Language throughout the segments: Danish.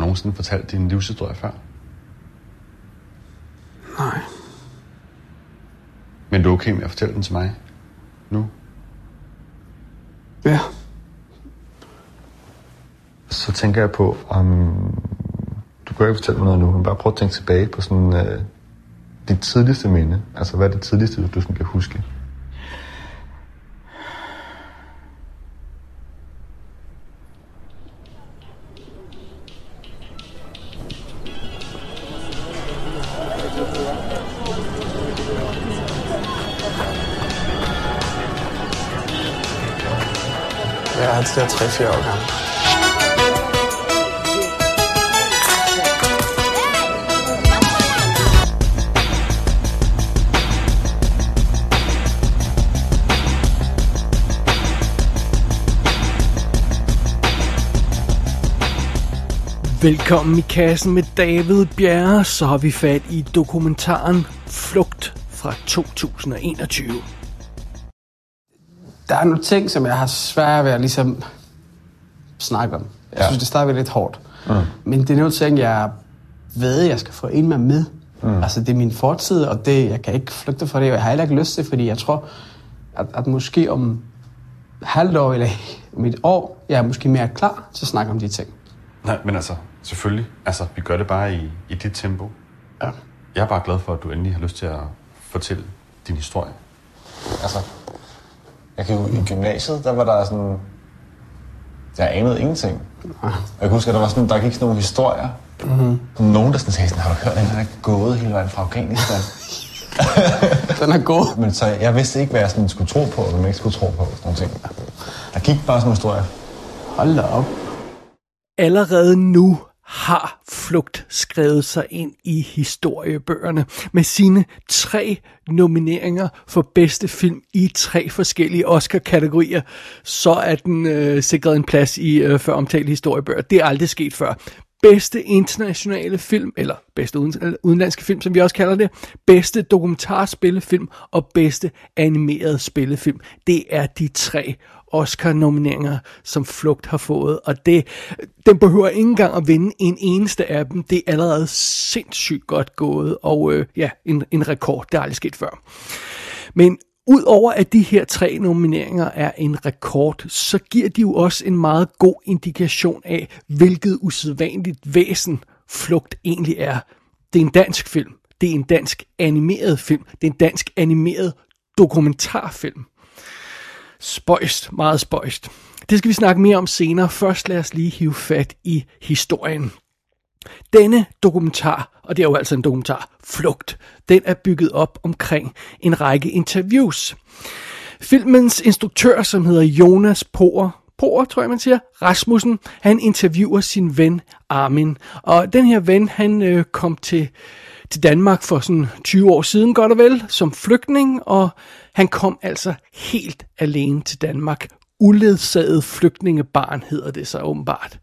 nogensinde fortalt din livshistorie før? Nej. Men du er okay med at fortælle den til mig nu? Ja. Så tænker jeg på, om du kan ikke fortælle mig noget nu, men bare prøv at tænke tilbage på sådan dit tidligste minde. Altså, hvad er det tidligste, du sådan kan huske? Jeg er altså 3-4 år gammel. Velkommen i kassen med David Bjerre, så har vi fat i dokumentaren Flugt fra 2021. Der er nogle ting, som jeg har svært ved at ligesom snakke om. Jeg synes, det stadigvæk lidt hårdt. Men det er nogle ting, jeg ved, jeg skal få ind mig med. Altså, det er min fortid, og det, jeg kan ikke flygte fra det, og jeg har heller ikke lyst til, fordi jeg tror, at måske om halvt år eller om et år, jeg er måske mere klar til at snakke om de ting. Nej, men altså, selvfølgelig. Altså, vi gør det bare i dit tempo. Ja. Jeg er bare glad for, at du endelig har lyst til at fortælle din historie. Altså, jeg kan jo i gymnasiet, der var der sådan... Jeg anede ingenting. Og jeg kan huske, at der gik sådan nogle historier. Nogen, der sådan sagde sådan, har du hørt, at han er gået hele vejen fra Afghanistan? Den er god. Men så jeg vidste ikke, hvad jeg sådan skulle tro på, og hvad man ikke skulle tro på. Sådan nogle ting. Der gik bare sådan nogle historier. Hold da op. Allerede nu har Flugt skrevet sig ind i historiebøgerne med sine 3 nomineringer for bedste film i 3 forskellige Oscar-kategorier. Så er den sikret en plads i før omtalte historiebøger. Det er aldrig sket før. Bedste internationale film, eller bedste udenlandske film, som vi også kalder det, bedste dokumentarspillefilm og bedste animeret spillefilm. Det er de 3 Oscar-nomineringer, som Flugt har fået, og den behøver ikke engang at vinde en eneste af dem. Det er allerede sindssygt godt gået, og en rekord, det er aldrig sket før. Men udover at de her 3 nomineringer er en rekord, så giver de jo også en meget god indikation af, hvilket usædvanligt væsen Flugt egentlig er. Det er en dansk film. Det er en dansk animeret film. Det er en dansk animeret dokumentarfilm. Spøjst, meget spøjst. Det skal vi snakke mere om senere. Først lad os lige hive fat i historien. Denne dokumentar, og det er jo altså en dokumentar, Flugt, den er bygget op omkring en række interviews. Filmens instruktør, som hedder Jonas Poer, tror jeg man siger, Rasmussen, han interviewer sin ven Armin. Og den her ven, han kom til Danmark for sådan 20 år siden, godt og vel, som flygtning, og han kom altså helt alene til Danmark. Uledsaget flygtningebarn hedder det så åbenbart.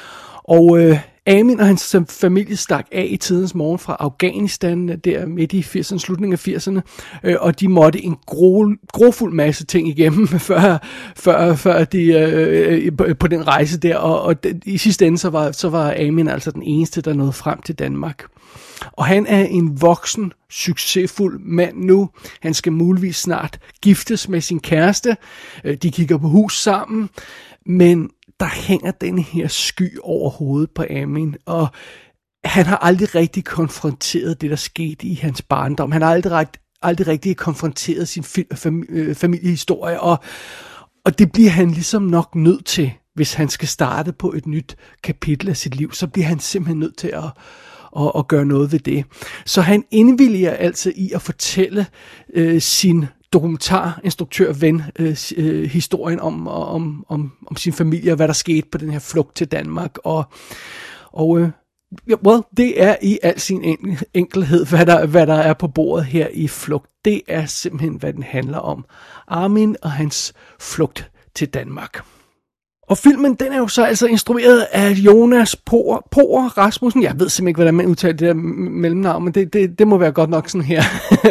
Og Amin og hans familie stak af i tidens morgen fra Afghanistan, der midt i 80'erne, slutningen af 80'erne, og de måtte en grofuld masse ting igennem, før de på den rejse der, og i sidste ende så var Amin altså den eneste, der nåede frem til Danmark. Og han er en voksen, succesfuld mand nu. Han skal muligvis snart giftes med sin kæreste. De kigger på hus sammen, men der hænger denne her sky over hovedet på Amin, og han har aldrig rigtig konfronteret det, der skete i hans barndom. Han har aldrig rigtig konfronteret sin familiehistorie, og det bliver han ligesom nok nødt til, hvis han skal starte på et nyt kapitel af sit liv, så bliver han simpelthen nødt til at gøre noget ved det. Så han indvilliger altså i at fortælle sin dokumentarinstruktør-ven historien om sin familie og hvad der skete på den her flugt til Danmark. Det er i al sin enkelhed, hvad der er på bordet her i Flugt. Det er simpelthen, hvad den handler om. Armin og hans flugt til Danmark. Og filmen, den er jo så altså instrueret af Jonas Poer Rasmussen. Jeg ved simpelthen ikke, hvordan man udtaler det der mellemnavn, men det må være godt nok sådan her.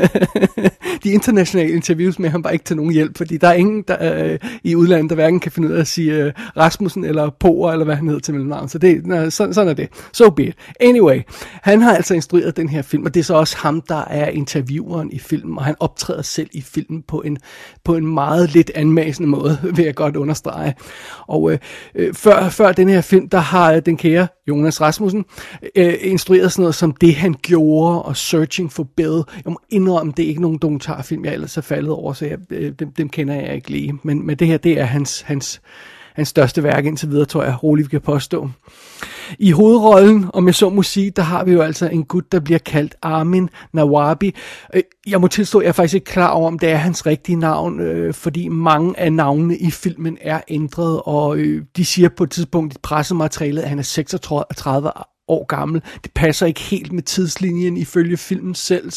De internationale interviews med ham var ikke til nogen hjælp, fordi der er ingen i udlandet, der hverken kan finde ud af at sige Rasmussen eller Poer, eller hvad han hedder til mellemnavn. Så sådan er det. So be it. Anyway, han har altså instrueret den her film, og det er så også ham, der er intervieweren i filmen, og han optræder selv i filmen på en meget lidt anmasende måde, vil jeg godt understrege. Og før den her film, der har den kære Jonas Rasmussen instrueret sådan noget som Det han gjorde og Searching for Bill. Jeg må indrømme, det er ikke nogen dokumentarfilm, jeg ellers er faldet over, så dem kender jeg ikke lige. Men det her, det er hans største værk indtil videre, tror jeg roligt vi kan påstå. I hovedrollen, om jeg så må sige, der har vi jo altså en gut, der bliver kaldt Armin Nawabi. Jeg må tilstå, jeg er faktisk ikke klar over, om det er hans rigtige navn, fordi mange af navnene i filmen er ændret, og de siger på et tidspunkt i pressematerialet, at han er 36 år gammel. Det passer ikke helt med tidslinjen ifølge filmen selv,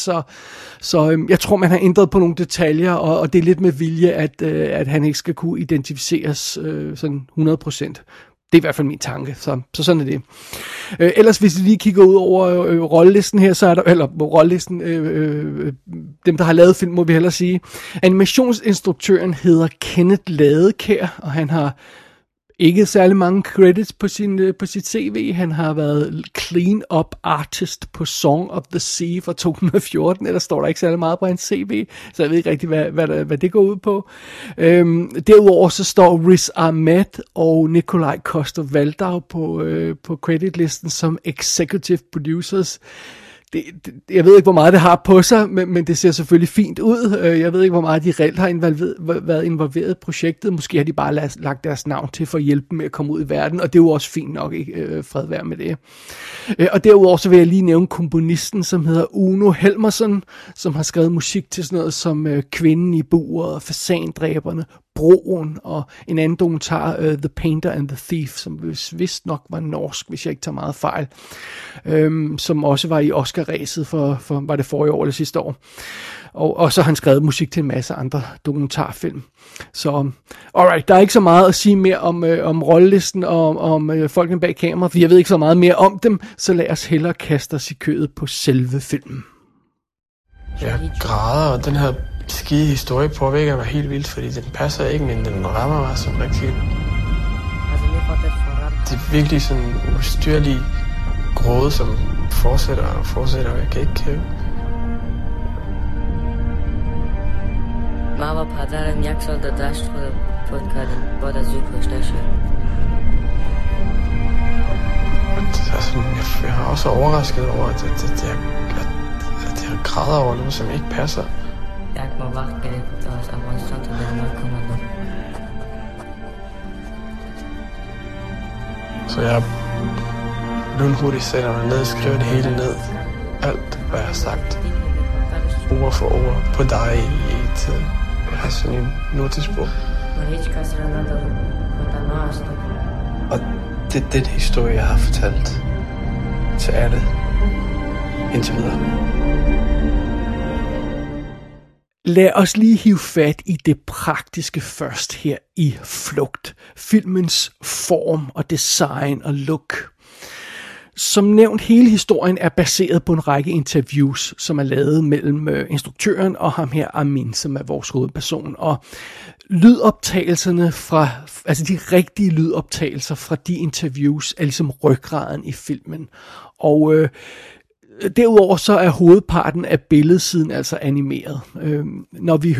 så jeg tror, man har ændret på nogle detaljer, og det er lidt med vilje, at han ikke skal kunne identificeres sådan 100%. Det er i hvert fald min tanke, så sådan er det. Ellers hvis vi lige kigger ud over rollelisten her, så er der, eller rollelisten, dem der har lavet film, må vi hellere sige. Animationsinstruktøren hedder Kenneth Ladekær, og han har ikke særlig mange credits på sit CV. Han har været clean-up artist på Song of the Sea fra 2014. Ellers står der ikke særlig meget på hans CV, så jeg ved ikke rigtig, hvad det går ud på. Derudover så står Riz Ahmed og Nikolaj Koster-Valdau på creditlisten som executive producers. Jeg ved ikke, hvor meget det har på sig, men det ser selvfølgelig fint ud. Jeg ved ikke, hvor meget de reelt har været involveret i projektet. Måske har de bare lagt deres navn til for at hjælpe med at komme ud i verden, og det er jo også fint nok, ikke? Fred være med det. Og derudover så vil jeg lige nævne komponisten, som hedder Uno Helmersen, som har skrevet musik til sådan noget som Kvinden i buret, Fasandræberne, Broen og en anden dokumentar, The Painter and the Thief, som vist nok var norsk, hvis jeg ikke tager meget fejl, som også var i Oscar-ræset for var det forrige år eller sidste år. Og så har han skrevet musik til en masse andre dokumentarfilm. Så alright, der er ikke så meget at sige mere om rollelisten og om folkene bag kamera, for jeg ved ikke så meget mere om dem, så lad os hellere kaste os i kødet på selve filmen. Jeg græder, og den her skide historie påvirker mig helt vildt, fordi den passer ikke, men den rammer mig som rigtig. Det er virkelig sådan en ustyrlig gråde, som fortsætter, og jeg kan ikke. من و پدرم 1 سال در دشت خود فوت کردیم بعد از زود کشته شد. Jeg er også overrasket over, at jeg græder over noget, som ikke passer. یک ماه وقت گرفت تا از افغانستان تا دنمارک آمدم. Så jeg lynhurtigt sætter mig ned og skriver det hele ned. Alt, hvad jeg har sagt. Ord for ord på dig i et... Jeg har sådan en notesbog. Og det er den historie, jeg har fortalt til alle indtil videre. Lad os lige hive fat i det praktiske først her i Flugt. Filmens form og design og look. Som nævnt, hele historien er baseret på en række interviews, som er lavet mellem instruktøren og ham her Armin, som er vores hovedperson. Og lydoptagelserne altså de rigtige lydoptagelser fra de interviews, er ligesom ryggraden i filmen. Og derudover så er hovedparten af billedsiden altså animeret. Når vi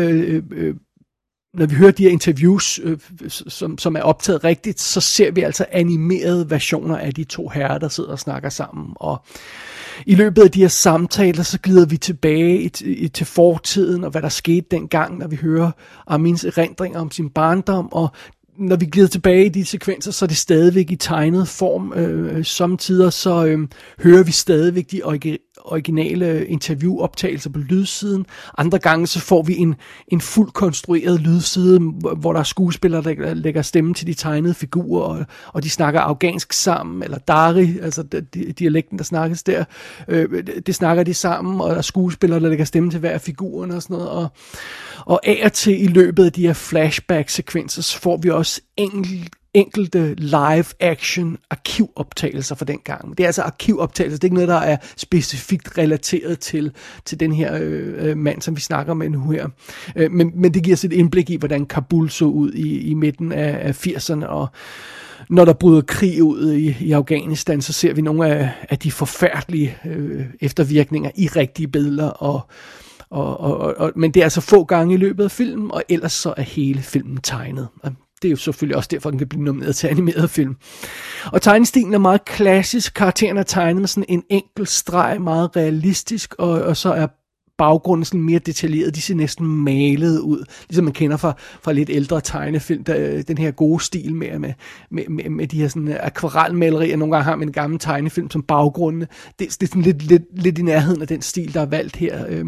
hører de her interviews, som er optaget rigtigt, så ser vi altså animerede versioner af de to herrer, der sidder og snakker sammen. Og i løbet af de her samtaler, så glider vi tilbage til fortiden, og hvad der skete dengang, når vi hører Armins erindringer om sin barndom, og når vi glider tilbage i de sekvenser, så er det stadigvæk i tegnet form. Samtidig så hører vi stadigvæk de originale interviewoptagelser på lydsiden. Andre gange så får vi en fuldt konstrueret lydside, hvor der er skuespillere, der lægger stemme til de tegnede figurer, og de snakker afghansk sammen, eller dari, altså dialekten, der snakkes der. Det snakker de sammen, og der er skuespillere, der lægger stemme til hver af figurerne og sådan noget. Og af og til i løbet af de her flashback-sekvenser, så får vi også enkelte live-action arkivoptagelser fra den gang. Det er altså arkivoptagelser, det er ikke noget, der er specifikt relateret til den her mand, som vi snakker med nu her. Men det giver os et indblik i, hvordan Kabul så ud i midten af 80'erne, og når der bryder krig ud i Afghanistan, så ser vi nogle af de forfærdelige eftervirkninger i rigtige billeder, men det er altså få gange i løbet af filmen, og ellers så er hele filmen tegnet. Og det er jo selvfølgelig også derfor, den kan blive nomineret til animeret film. Og tegnestilen er meget klassisk. Karaktererne er tegnet med sådan en enkelt streg, meget realistisk, og så er baggrunden sådan mere detaljeret. De ser næsten malet ud, ligesom man kender fra lidt ældre tegnefilm, den her gode stil med de her sådan akvarelmalerier. Nogle gange har man en gammel tegnefilm som baggrunde. Det er sådan lidt i nærheden af den stil, der er valgt her.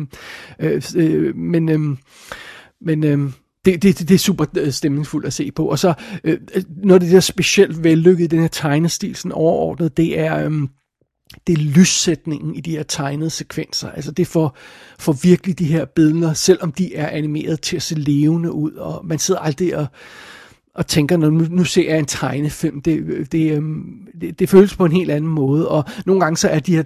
Det er super stemningsfuldt at se på. Og så noget af det der specielt vellykket i den her tegnestil, sådan overordnet, det er lyssætningen i de her tegnede sekvenser. Altså det får virkelig de her billeder, selvom de er animeret, til at se levende ud, og man sidder aldrig og tænker, når nu ser jeg en tegnefilm, det føles på en helt anden måde, og nogle gange så er de her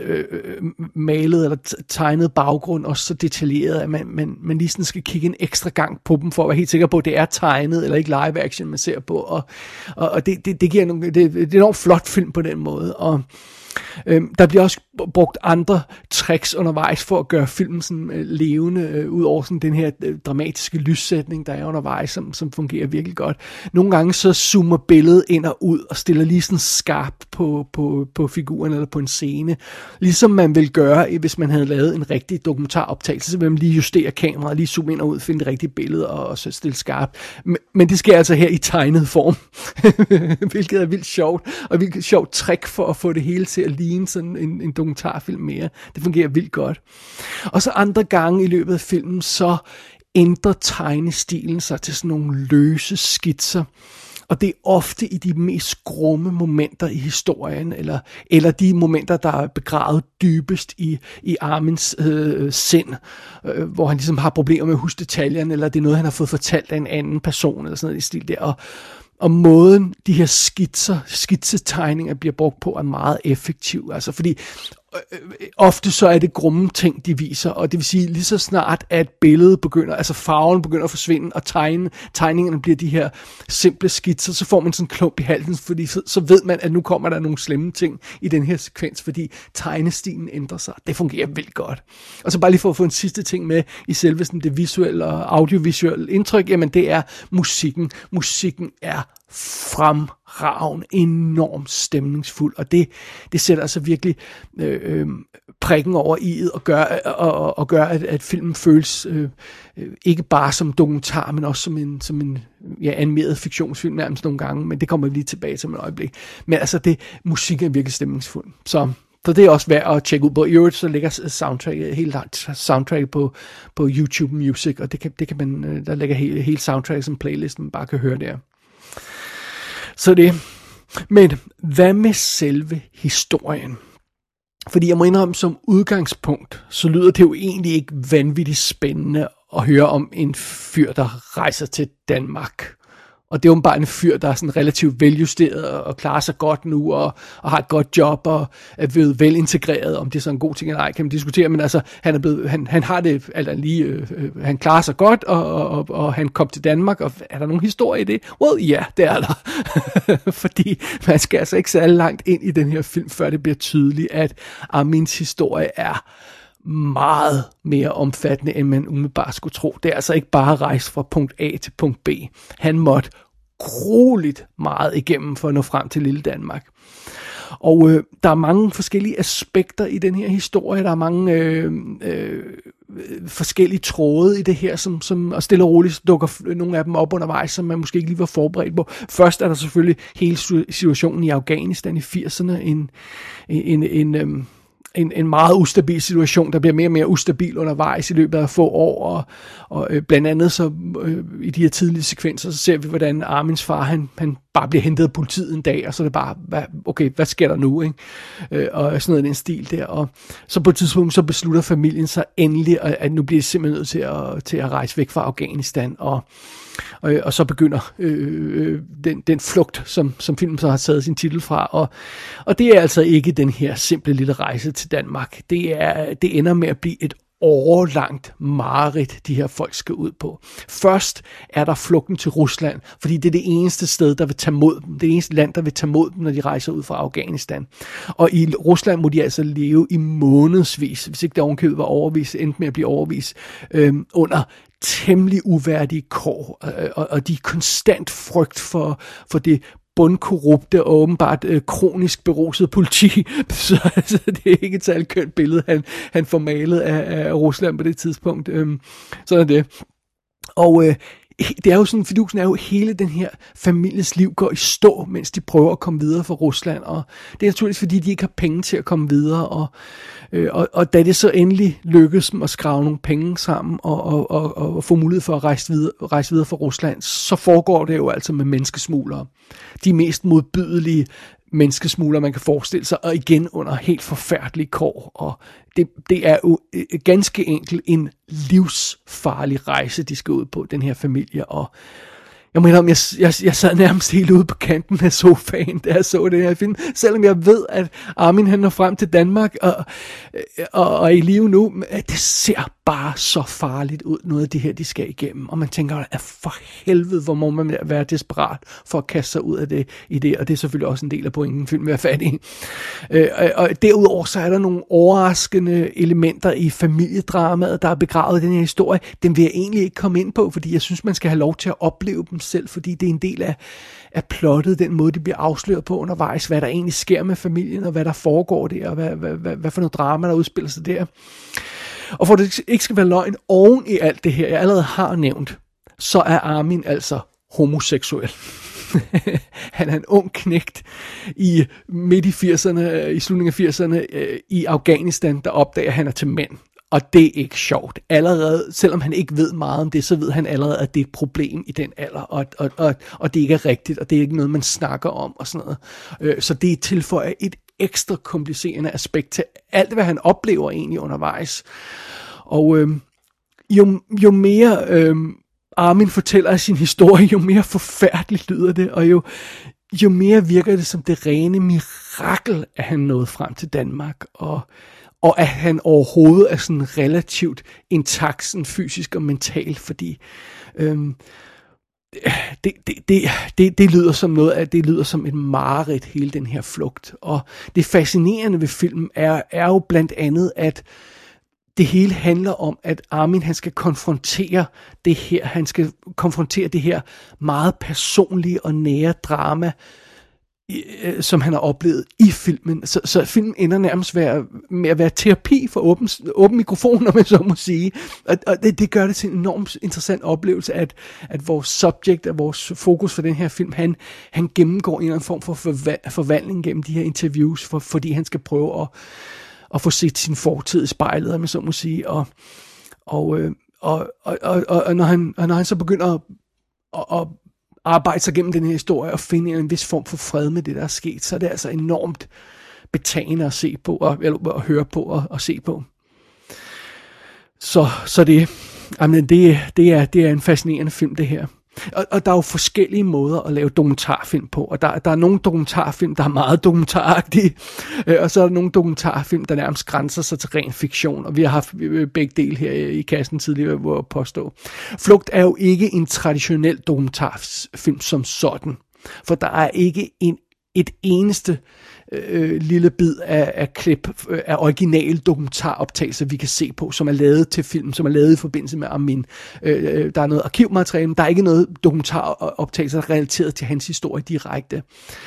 malet eller tegnet baggrund også så detaljeret, at man lige sådan skal kigge en ekstra gang på dem, for at være helt sikker på, at det er tegnet, eller ikke live action, man ser på, og det giver det er en enormt flot film på den måde, og der bliver også brugt andre tricks undervejs for at gøre filmen sådan levende, ud over sådan den her dramatiske lyssætning, der er undervejs, som fungerer virkelig godt. Nogle gange så zoomer billedet ind og ud og stiller lige sådan skarpt på figuren eller på en scene, ligesom man vil gøre, hvis man havde lavet en rigtig dokumentaroptagelse, så vil man lige justere kameraet, lige zoome ind og ud, finde det rigtige billede og så stille skarpt. Men det sker altså her i tegnet form, hvilket er vildt sjovt, og vildt sjovt trick for at få det hele til at ligne sådan en dokumentarfilm mere. Det fungerer vildt godt. Og så andre gange i løbet af filmen, så ændrer tegnestilen sig til sådan nogle løse skitser. Og det er ofte i de mest grumme momenter i historien, eller de momenter, der er begravet dybest i Armins sind, hvor han ligesom har problemer med at huske detaljerne, eller det er noget, han har fået fortalt af en anden person, eller sådan noget i stil der. Og måden de her skitsetegninger bliver brugt på er meget effektiv. Altså fordi ofte så er det grumme ting, de viser, og det vil sige lige så snart, at billedet begynder, altså farven begynder at forsvinde, og tegningerne bliver de her simple skitser, så får man sådan en klump i halsen, fordi så ved man, at nu kommer der nogle slemme ting i den her sekvens, fordi tegnestilen ændrer sig. Det fungerer vildt godt. Og så bare lige for at få en sidste ting med i selve sådan det visuelle og audiovisuelle indtryk, jamen det er musikken. Musikken er fremragende, enormt stemningsfuld, og det sætter altså virkelig prikken over i'et og gør at filmen føles ikke bare som dokumentar, men også som en animeret fiktionsfilm nærmest nogle gange, men det kommer vi lige tilbage til om et øjeblik. Men altså musikken er virkelig stemningsfuld. Så det er også værd at tjekke ud på. I øvrigt så ligger hele soundtracket på YouTube Music, og det kan man, der ligger hele soundtracket som playlist, man bare kan høre der. Så det. Men hvad med selve historien? Fordi jeg må indrømme, som udgangspunkt, så lyder det jo egentlig ikke vanvittigt spændende at høre om en fyr, der rejser til Danmark. Og det er jo bare en fyr, der er sådan relativt veljusteret og klarer sig godt nu og har et godt job og er blevet velintegreret. Om det er så en god ting eller ej, kan man diskutere. Men altså, han har det altså lige, han klarer sig godt, og han kom til Danmark. Og er der nogen historie i det? Well, ja, det er der. Fordi man skal altså ikke særlig langt ind i den her film, før det bliver tydeligt, at Armins historie er meget mere omfattende, end man umiddelbart skulle tro. Det er altså ikke bare at rejse fra punkt A til punkt B. Han måtte grueligt meget igennem for at nå frem til lille Danmark. Og der er mange forskellige aspekter i den her historie. Der er mange forskellige tråde i det her, som og stille og roligt dukker nogle af dem op undervejs, som man måske ikke lige var forberedt på. Først er der selvfølgelig hele situationen i Afghanistan i 80'erne, en meget ustabil situation, der bliver mere og mere ustabil undervejs i løbet af få år, og blandt andet så i de her tidlige sekvenser, så ser vi, hvordan Armins far, han bare bliver hentet af politiet en dag, og så er det bare, hvad sker der nu, ikke? Og sådan noget i den stil der, og så på et tidspunkt, så beslutter familien sig endelig, at nu bliver de simpelthen nødt til at rejse væk fra Afghanistan, og Og så begynder den flugt, som filmen så har taget sin titel fra. Og det er altså ikke den her simple lille rejse til Danmark. Det ender med at blive et årelangt mareridt, de her folk skal ud på. Først er der flugten til Rusland, fordi det er det eneste sted, der vil tage mod dem. Det eneste land, der vil tage mod dem, når de rejser ud fra Afghanistan. Og i Rusland må de altså leve i månedsvis, hvis ikke der ovenkøbet var overvist, endte med at blive overvist, under temmelig uværdige kår, og de er konstant frygt for det bundkorrupte og åbenbart kronisk beruset politi, så det er ikke et særligt kønt billede, han får malet af Rusland på det tidspunkt. Sådan er det. Og det er jo sådan, fidusen er jo, hele den her families liv går i stå, mens de prøver at komme videre fra Rusland, og det er naturligvis, fordi de ikke har penge til at komme videre, og da det så endelig lykkes dem at skrave nogle penge sammen, og få mulighed for at rejse videre fra Rusland, så foregår det jo altså med menneskesmuglere. De mest modbydelige menneskesmuglere, man kan forestille sig, og igen under helt forfærdelige kår, og det er jo ganske enkelt en livsfarlig rejse, de skal ud på, den her familie, og jeg mener, jeg sad nærmest helt ude på kanten af sofaen, da jeg så den her film, selvom jeg ved, at Armin han når frem til Danmark og er i live nu, det ser bare så farligt ud, noget af det her, de skal igennem, og man tænker, at for helvede, hvor må man være desperat for at kaste sig ud af det i det, og det er selvfølgelig også en del af pointen, film vil være fat i. Og derudover så er der nogle overraskende elementer i familiedramaet, der er begravet i den her historie. Den vil jeg egentlig ikke komme ind på, fordi jeg synes, man skal have lov til at opleve dem selv, fordi det er en del af plottet, den måde, det bliver afsløret på undervejs, hvad der egentlig sker med familien, og hvad der foregår der, og hvad for noget drama, der udspiller sig der. Og for det ikke skal være løgn, oven i alt det her, jeg allerede har nævnt, så er Armin altså homoseksuel. Han er en ung knægt i midt i 80'erne, i slutningen af 80'erne i Afghanistan, der opdager, at han er til mænd. Og det er ikke sjovt. Allerede, selvom han ikke ved meget om det, så ved han allerede, at det er et problem i den alder, og det ikke er rigtigt, og det er ikke noget, man snakker om, og sådan noget. Så det tilføjer et ekstra komplicerende aspekt til alt, hvad han oplever egentlig undervejs. Og jo mere Armin fortæller af sin historie, jo mere forfærdeligt lyder det, og jo mere virker det som det rene mirakel, at han nåede frem til Danmark, og at han overhovedet er sådan relativt intakt, sådan fysisk og mentalt, fordi det lyder som noget af, det lyder som et mareridt, hele den her flugt. Og det fascinerende ved filmen er jo blandt andet, at det hele handler om, at Armin han skal konfrontere det her, meget personlige og nære drama, som han har oplevet i filmen. Så filmen ender nærmest med at være terapi for åben mikrofon, om man så må sige. Og det gør det til en enormt interessant oplevelse, at vores subject, at vores fokus for den her film, han gennemgår en eller anden form for forvandling gennem de her interviews, fordi han skal prøve at få set sin fortid i spejlet, om man så må sige. Og når han så begynder at arbejde sig gennem den her historie og finde en vis form for fred med det, der er sket, så er det altså enormt betagende at se på, eller at høre på og se på. Så det er en fascinerende film, det her. Og der er jo forskellige måder at lave dokumentarfilm på, og der er nogle dokumentarfilm, der er meget dokumentaragtige, og så er der nogle dokumentarfilm, der nærmest grænser sig til ren fiktion, og vi har haft begge dele her i kassen tidligere, hvor jeg påstå. Flugt er jo ikke en traditionel dokumentarfilm som sådan, for der er ikke et eneste lille bid af klip af originale dokumentaroptagelser, vi kan se på, som er lavet til film, som er lavet i forbindelse med Armin. Der er noget arkivmateriale, men der er ikke noget dokumentaroptagelser relateret til hans historie direkte.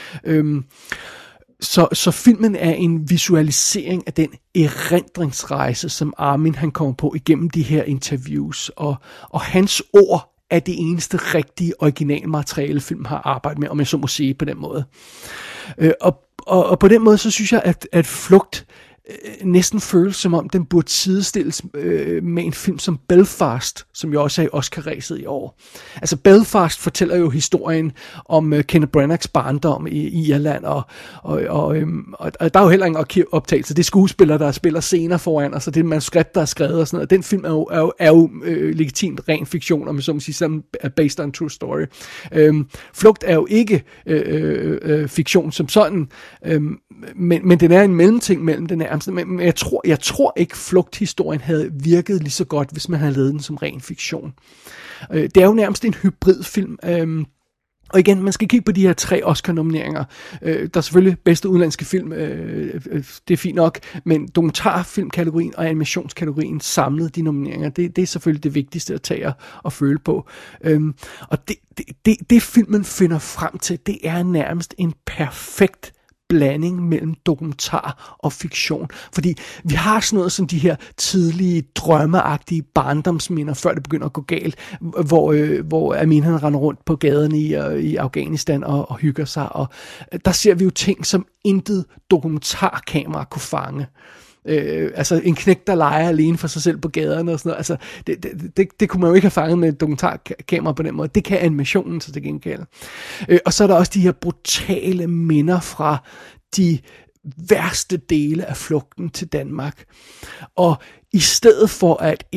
Så filmen er en visualisering af den erindringsrejse, som Armin han kommer på igennem de her interviews, og hans ord er det eneste rigtige originalmateriale, film har arbejdet med, om jeg så må sige på den måde. Og på den måde, så synes jeg, at Flugt næsten føles som om, den burde sidestilles med en film som Belfast, som jo også er i Oscar-ræset i år. Altså Belfast fortæller jo historien om Kenneth Branaghs barndom i Irland, og der er jo heller ingen optagelse. Det er skuespillere, der spiller scener foran, og så det er manuskript, der er skrevet og sådan noget. Den film er jo legitimt ren fiktion, om man så må sige, sådan based on true story. Flugt er jo ikke fiktion som sådan, men den er en mellemting mellem den her. Men jeg tror ikke, flugthistorien havde virket lige så godt, hvis man havde lavet den som ren fiktion. Det er jo nærmest en hybridfilm. Og igen, man skal kigge på de her 3 Oscar-nomineringer. Der er selvfølgelig bedste udenlandske film, det er fint nok, men dokumentarfilmkategorien og animationskategorien samlede de nomineringer. Det er selvfølgelig det vigtigste at tage og føle på. Og det filmen finder frem til, det er nærmest en perfekt blanding mellem dokumentar og fiktion. Fordi vi har sådan noget som de her tidlige, drømmeagtige barndomsminder, før det begynder at gå galt, hvor Amin han render rundt på gaderne i Afghanistan og hygger sig. Og der ser vi jo ting, som intet dokumentarkamera kunne fange. Altså en knægt, der leger alene for sig selv på gaderne og sådan noget. Altså, det kunne man jo ikke have fanget med et dokumentarkamera på den måde. Det kan animationen så til gengæld. Og så er der også de her brutale minder fra de værste dele af flugten til Danmark. Og i stedet for at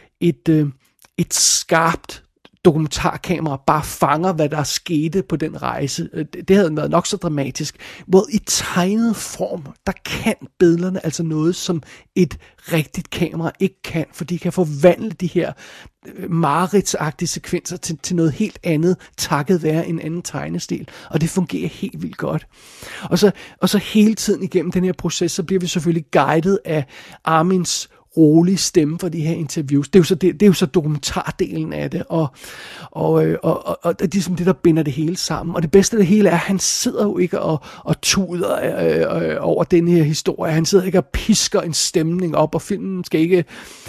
et skarpt dokumentarkamera bare fanger, hvad der skete på den rejse. Det havde været nok så dramatisk. Hvor i tegnet form, der kan billederne altså noget, som et rigtigt kamera ikke kan, for de kan forvandle de her mareridtsagtige sekvenser til noget helt andet, takket være en anden tegnestil. Og det fungerer helt vildt godt. Og så hele tiden igennem den her proces, så bliver vi selvfølgelig guidet af Armins rolig stemme for de her interviews. Det er jo så dokumentardelen af det, og det er ligesom det, der binder det hele sammen. Og det bedste af det hele er, at han sidder jo ikke og tuder over den her historie. Han sidder ikke og pisker en stemning op, og filmen skal ikke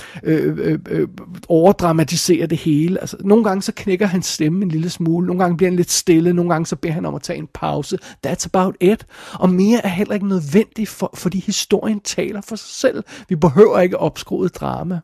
overdramatisere det hele. Altså, nogle gange så knækker hans stemme en lille smule, nogle gange bliver han lidt stille, nogle gange så beder han om at tage en pause. That's about it. Og mere er heller ikke nødvendigt, fordi historien taler for sig selv. Vi behøver ikke opskruet drama.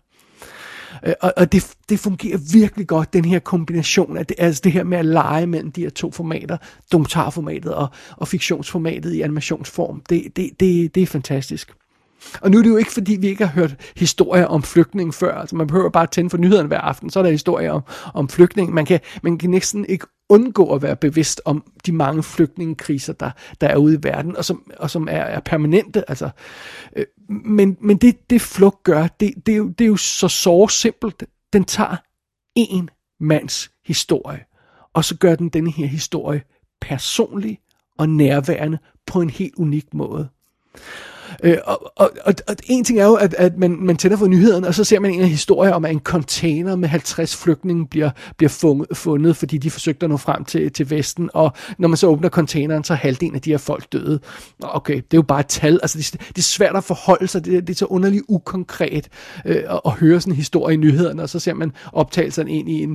Og det fungerer virkelig godt, den her kombination af det her med at lege mellem de her 2 formater, dokumentarformatet og fiktionsformatet i animationsform. Det er fantastisk. Og nu er det jo ikke, fordi vi ikke har hørt historier om flygtninge før. Altså man behøver bare at tænde for nyhederne hver aften, så er der historier om flygtninge. Man kan næsten ikke undgå at være bevidst om de mange flygtningekriser, der er ude i verden, og som er permanente. Altså, men det Flugt gør, det er jo så simpelt. Den tager en mands historie, og så gør den denne her historie personlig og nærværende på en helt unik måde. Og en ting er jo, at man tænder for nyhederne, og så ser man en historie om, at en container med 50 flygtninge bliver fundet, fordi de forsøgte at nå frem til Vesten, og når man så åbner containeren, så er halvdelen af de her folk døde. Okay, det er jo bare et tal. Altså, det er svært at forholde sig. Det er så underligt ukonkret at høre sådan en historie i nyhederne, og så ser man optagelserne ind i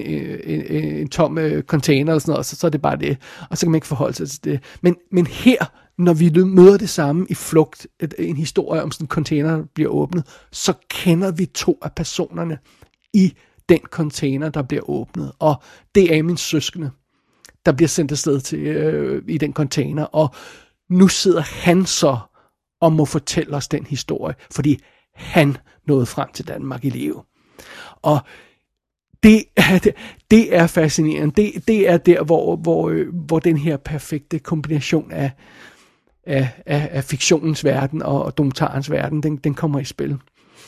en tom container og sådan noget, og så er det bare det. Og så kan man ikke forholde sig til det. Men her, når vi møder det samme i Flugt, en historie om sådan en container, der bliver åbnet, så kender vi 2 af personerne i den container, der bliver åbnet. Og det er min søskende, der bliver sendt afsted i den container. Og nu sidder han så og må fortælle os den historie, fordi han nåede frem til Danmark i live. Og det er fascinerende. Det er der, hvor den her perfekte kombination af fiktionens verden og dokumentarens verden, den kommer i spil.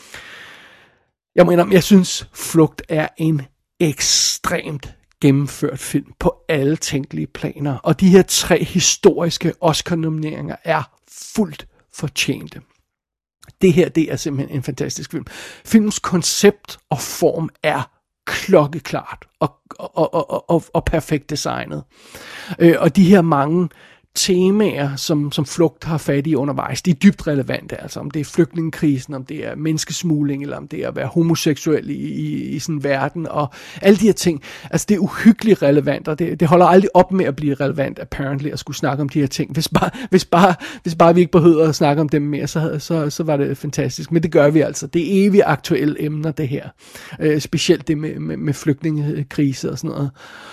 Jeg synes, Flugt er en ekstremt gennemført film på alle tænkelige planer, og de her 3 historiske Oscar-nomineringer er fuldt fortjente. Det er simpelthen en fantastisk film. Filmens koncept og form er klokkeklart og perfekt designet. Og de her mange temaer, som Flugt har fat i undervejs, de er dybt relevante, altså om det er flygtningekrisen, om det er menneskesmugling, eller om det er at være homoseksuel i sådan en verden, og alle de her ting, altså det er uhyggeligt relevant, og det holder aldrig op med at blive relevant, apparently, at skulle snakke om de her ting. Hvis bare vi ikke behøvede at snakke om dem mere, så var det fantastisk, men det gør vi altså. Det er evigt aktuelle emner, det her. Specielt det med flygtningekrise og sådan noget.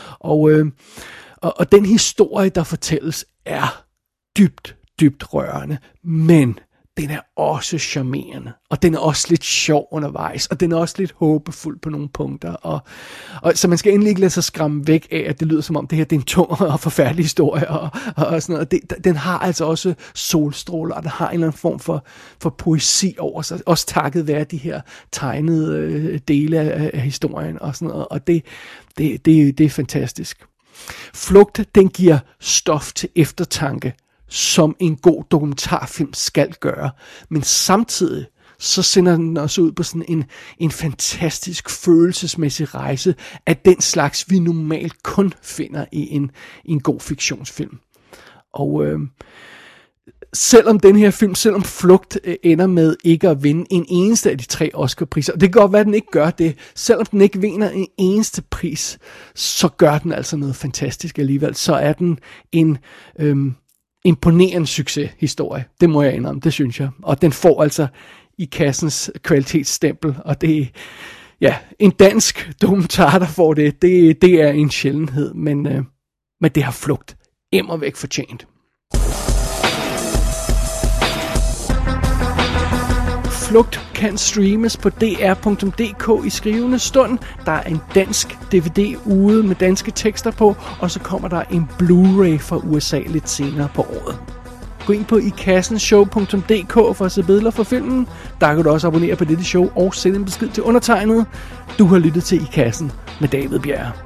Og den historie, der fortælles, er dybt rørende, men den er også charmerende, og den er også lidt sjov undervejs, og den er også lidt håbefuld på nogle punkter, og så man skal endelig ikke lade sig skræmme væk af, at det lyder som om det her det er en tung og forfærdelig historie, og sådan noget. Den har altså også solstråler, og den har en eller anden form for poesi over sig, også takket være de her tegnede dele af historien, og sådan noget, og det er fantastisk. Flugt, den giver stof til eftertanke, som en god dokumentarfilm skal gøre, men samtidig så sender den også ud på sådan en fantastisk følelsesmæssig rejse af den slags, vi normalt kun finder i en god fiktionsfilm. Og selvom den her film, selvom Flugt ender med ikke at vinde en eneste af de 3 Oscar-priser, og det kan godt være, at den ikke gør det, selvom den ikke vinder en eneste pris, så gør den altså noget fantastisk alligevel. Så er den en imponerende succeshistorie. Det må jeg indrømme, det synes jeg. Og den får altså i kassens kvalitetsstempel, og det ja, en dansk dokumentar, der får det er en sjældenhed, men det har Flugt immervæk fortjent. Flugt kan streames på dr.dk i skrivende stund. Der er en dansk DVD ude med danske tekster på, og så kommer der en Blu-ray fra USA lidt senere på året. Gå ind på ikassenshow.dk for at se billeder fra filmen. Der kan du også abonnere på dette show og sende en besked til undertegnet. Du har lyttet til I Kassen med David Bjerre.